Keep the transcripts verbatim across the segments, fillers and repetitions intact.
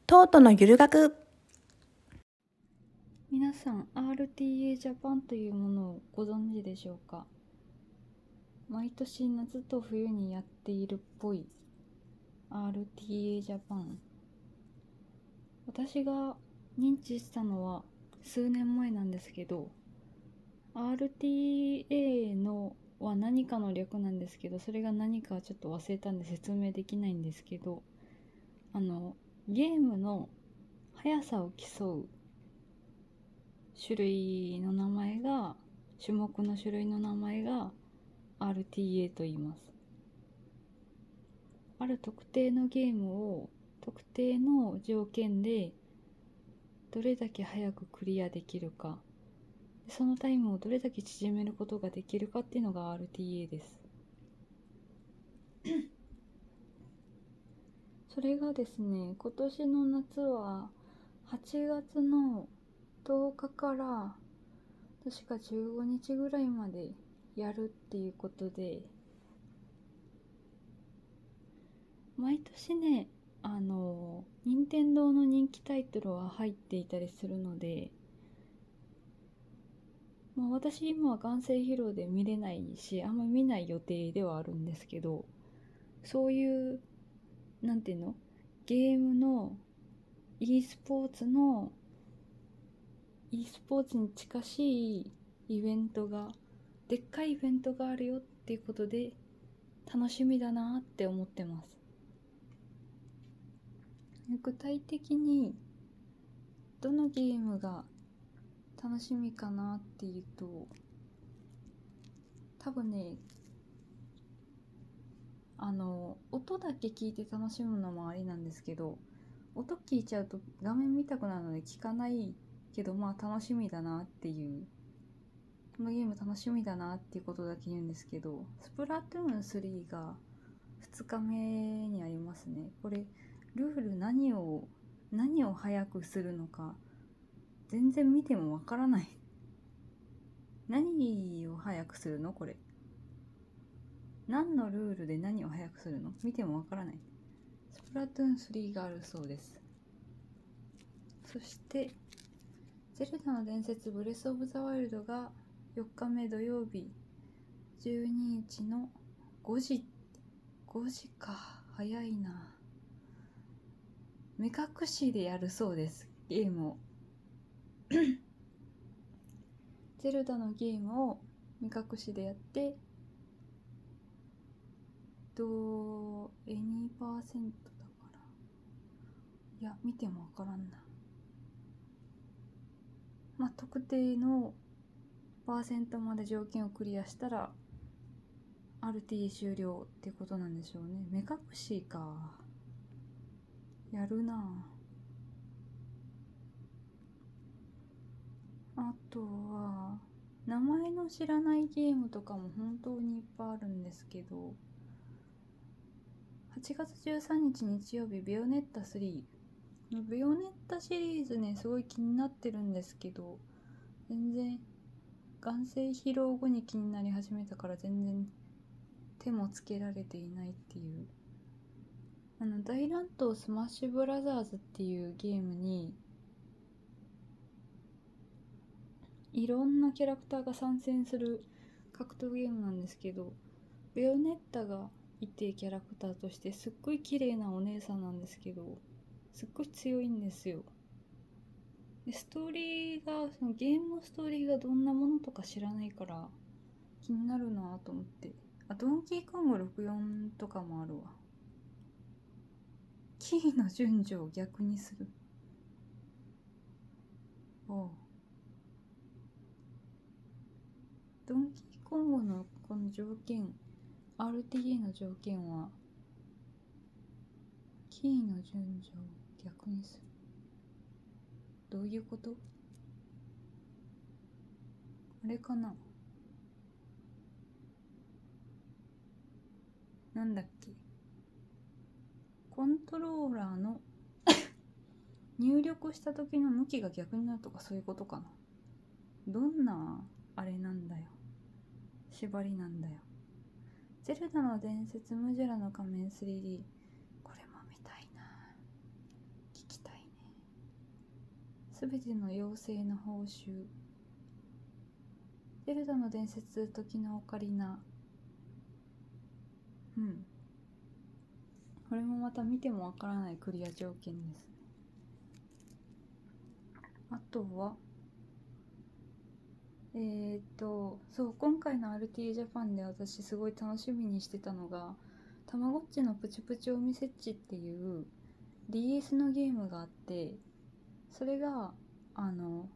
トートのゆる学。 皆さん アールティーエー ジャパンというものをご存知でしょうか。毎年夏と冬にやっているっぽい アールティーエー ジャパン。私が認知したのは数年前なんですけど、 アールティーエー のは何かの略なんですけど、それが何かはちょっと忘れたんで説明できないんですけど、あのゲームの速さを競う種類の名前が種目の種類の名前が アールティーエー と言います。ある特定のゲームを特定の条件でどれだけ早くクリアできるか、そのタイムをどれだけ縮めることができるかっていうのが アールティーエー です。それがですね、今年の夏ははちがつのとおかから確かじゅうごにちぐらいまでやるっていうことで、毎年ね、あの任天堂の人気タイトルは入っていたりするので、まあ、私今は眼性疲労で見れないし、あんま見ない予定ではあるんですけど、そういうなんていうの、ゲームの e スポーツの e スポーツに近しいイベントが、でっかいイベントがあるよっていうことで楽しみだなって思ってます。具体的にどのゲームが楽しみかなっていうと、多分ね、あの音だけ聞いて楽しむのもありなんですけど、音聞いちゃうと画面見たくなるので聞かないけど、まあ楽しみだなっていう、このゲーム楽しみだなっていうことだけ言うんですけど、スプラトゥーンスリーがふつかめにありますね。これルール何を何を早くするのか全然見てもわからない。何を早くするのこれ、何のルールで何を早くするの、見てもわからない。スプラトゥーンスリーがあるそうです。そしてゼルダの伝説ブレスオブザワイルドがよっかめ土曜日じゅうににちのごじごじか、早いな。目隠しでやるそうです、ゲームをゼルダのゲームを目隠しでやって、とエニーパーセントだから、いや見てもわからんな。まあ特定のパーセントまで条件をクリアしたら アールティー 終了ってことなんでしょうね。目隠しか、やるな。あとは名前の知らないゲームとかも本当にいっぱいあるんですけど、はちがつじゅうさんにち日曜日、ベヨネッタスリー。ベヨネッタシリーズね、すごい気になってるんですけど、全然眼性疲労後に気になり始めたから全然手もつけられていないっていう。あの大乱闘スマッシュブラザーズっていうゲームにいろんなキャラクターが参戦する格闘ゲームなんですけど、ベヨネッタがいてキャラクターとしてすっごい綺麗なお姉さんなんですけど、すっごい強いんですよ。でストーリーが、そのゲームのストーリーがどんなものとか知らないから気になるなと思って。あ、ドンキーコングろくじゅうよんとかもあるわ。キーの順序を逆にする。おう、ドンキーコングのこの条件、 アールティーエー の条件はキーの順序を逆にする。どういうこと？あれかな、なんだっけ、コントローラーの入力した時の向きが逆になるとか、そういうことかな。どんなあれなんだよ、縛りなんだよ。ゼルダの伝説ムジュラの仮面 スリーディー、 これも見たいな、聞きたいすべての妖精の報酬、ゼルダの伝説、時のオカリナ。うん、これもまた見てもわからないクリア条件ですね。あとはえーっとそう今回の アールティー ジャパンで私すごい楽しみにしてたのが、たまごっちのプチプチおみせっちっていう ディーエス のゲームがあって、それがあの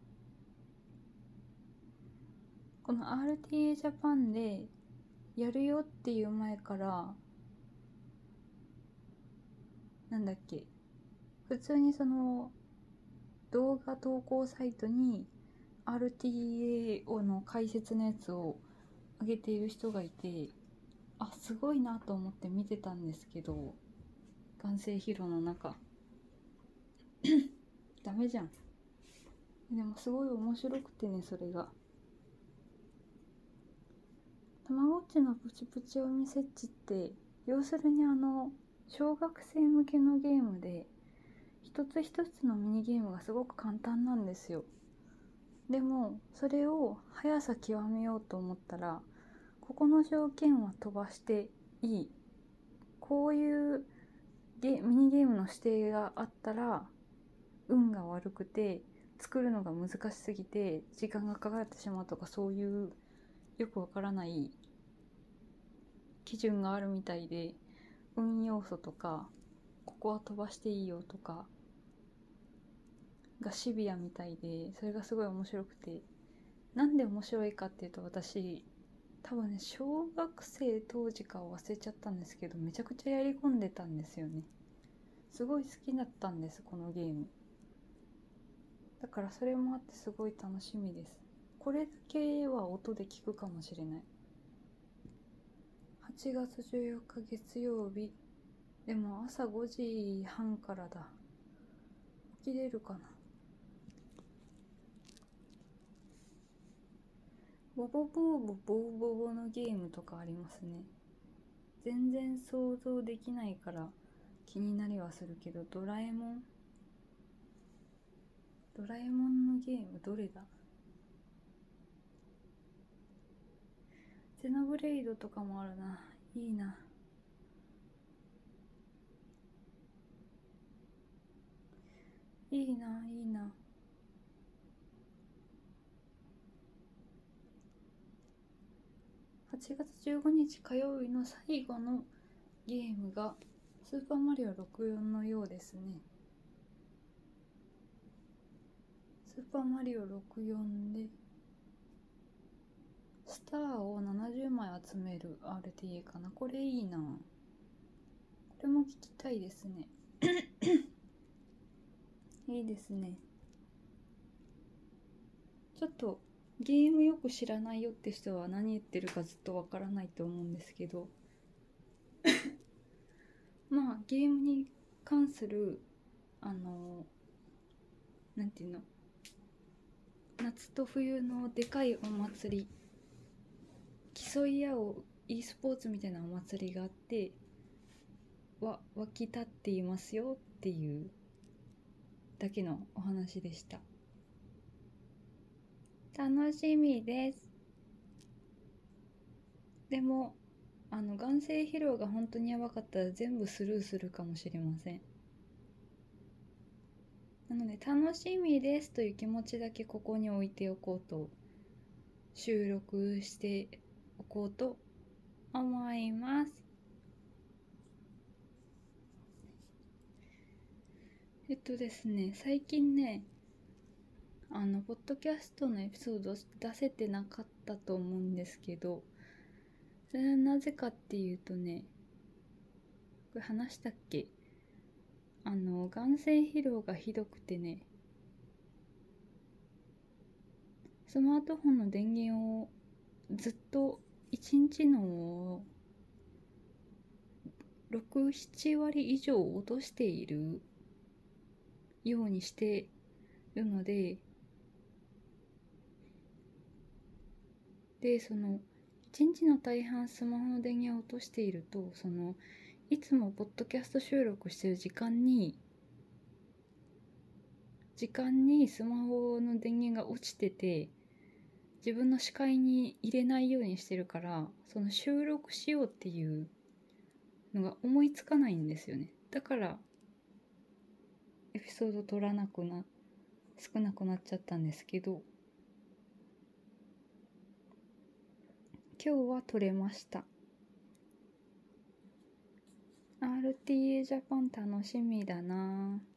この アールティー ジャパンでやるよっていう前から、なんだっけ、普通にその動画投稿サイトに アールティーエー の解説のやつを上げている人がいて、あ、すごいなと思って見てたんですけど、眼性疲労の中ダメじゃん。でもすごい面白くてね、それがたまごっちのプチプチおみせっちって、要するにあの小学生向けのゲームで、一つ一つのミニゲームがすごく簡単なんですよ。でもそれを速さ極めようと思ったら、ここの条件は飛ばしていい、こういうゲミニゲームの指定があったら運が悪くて作るのが難しすぎて時間がかかってしまうとか、そういうよくわからない基準があるみたいで、運要素とかここは飛ばしていいよとかがシビアみたいで、それがすごい面白くて、なんで面白いかっていうと、私多分ね、小学生当時か忘れちゃったんですけど、めちゃくちゃやり込んでたんですよね。すごい好きだったんです、このゲーム。だからそれもあってすごい楽しみです。これだけは音で聞くかもしれない。はちがつじゅうよっか月曜日。でも朝ごじはんからだ。起きれるかな。ボボボーボボーボボのゲームとかありますね。全然想像できないから気になりはするけど、ドラえもんドラえもんのゲームどれだ。ゼノブレイドとかもあるな。いいな。いいな、いいな。はちがつじゅうごにち火曜日の最後のゲームがスーパーマリオろくじゅうよんのようですね。スーパーマリオろくじゅうよんでスターをななじゅうまい集める アールティーエー かな。これいいな。これも聞きたいですねいいですね。ちょっとゲームよく知らないよって人は何言ってるかずっとわからないと思うんですけどまあゲームに関するあのなんていうの、夏と冬のでかいお祭り、競い合う e スポーツみたいなお祭りがあって、わ湧き立っていますよっていうだけのお話でした。楽しみです。でもあの眼性疲労が本当にやばかったら全部スルーするかもしれません。なので楽しみですという気持ちだけここに置いておこうと、収録しておこうと思います。えっとですね、最近ね、あのポッドキャストのエピソード出せてなかったと思うんですけど、それはなぜかっていうとね、これ話したっけ、あの眼性疲労がひどくてね、スマートフォンの電源をずっといちにちのろく、ななわり以上落としているようにしてるので、でそのいちにちの大半スマホの電源を落としていると、そのいつもポッドキャスト収録してる時間に時間にスマホの電源が落ちてて、自分の視界に入れないようにしてるから、その収録しようっていうのが思いつかないんですよね。だからエピソード撮らなくな少なくなっちゃったんですけど、今日は撮れました。 アールティーエー ジャパン楽しみだな。